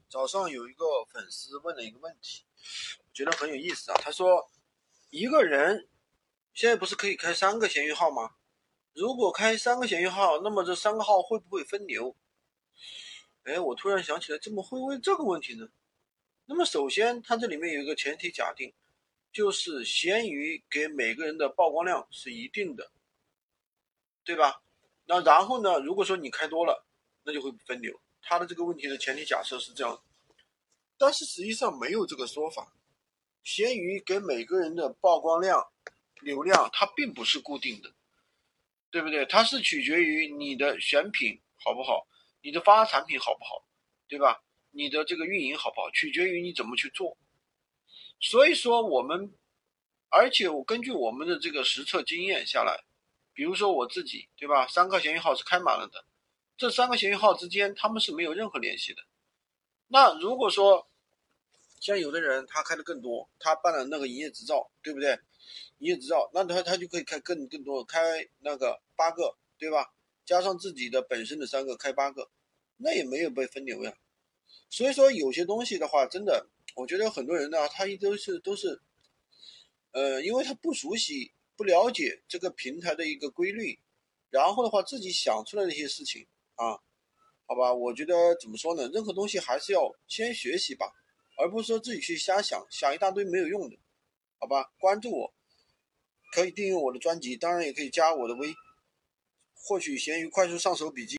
早上有一个粉丝问了一个问题，我觉得很有意思啊。他说，一个人现在不是可以开3个闲鱼号吗？如果开3个闲鱼号，那么这3个号会不会分流？哎，我突然想起来，怎么会问这个问题呢？那么首先，它这里面有一个前提假定，就是闲鱼给每个人的曝光量是一定的，对吧？那然后呢，如果说你开多了，那就会分流。它的这个问题的前提假设是这样，但是实际上没有这个说法。闲鱼给每个人的曝光量、流量，它并不是固定的，对不对？它是取决于你的选品好不好，你的发产品好不好，对吧？你的这个运营好不好，取决于你怎么去做。所以说而且我根据我们的这个实测经验下来，比如说我自己，对吧？3个闲鱼号是开满了的，这3个闲鱼号之间他们是没有任何联系的。那如果说像有的人他开的更多，他办了那个营业执照，对不对？营业执照，那他就可以开更多，开那个8个，对吧？加上自己的本身的3个，开8个，那也没有被分流呀。所以说有些东西的话，真的，我觉得很多人呢，他都是，因为他不熟悉、不了解这个平台的一个规律，然后的话自己想出来的一些事情啊，好吧，我觉得怎么说呢？任何东西还是要先学习吧，而不是说自己去瞎想，想一大堆没有用的，好吧？关注我，可以订阅我的专辑，当然也可以加我的微，获取闲鱼快速上手笔记。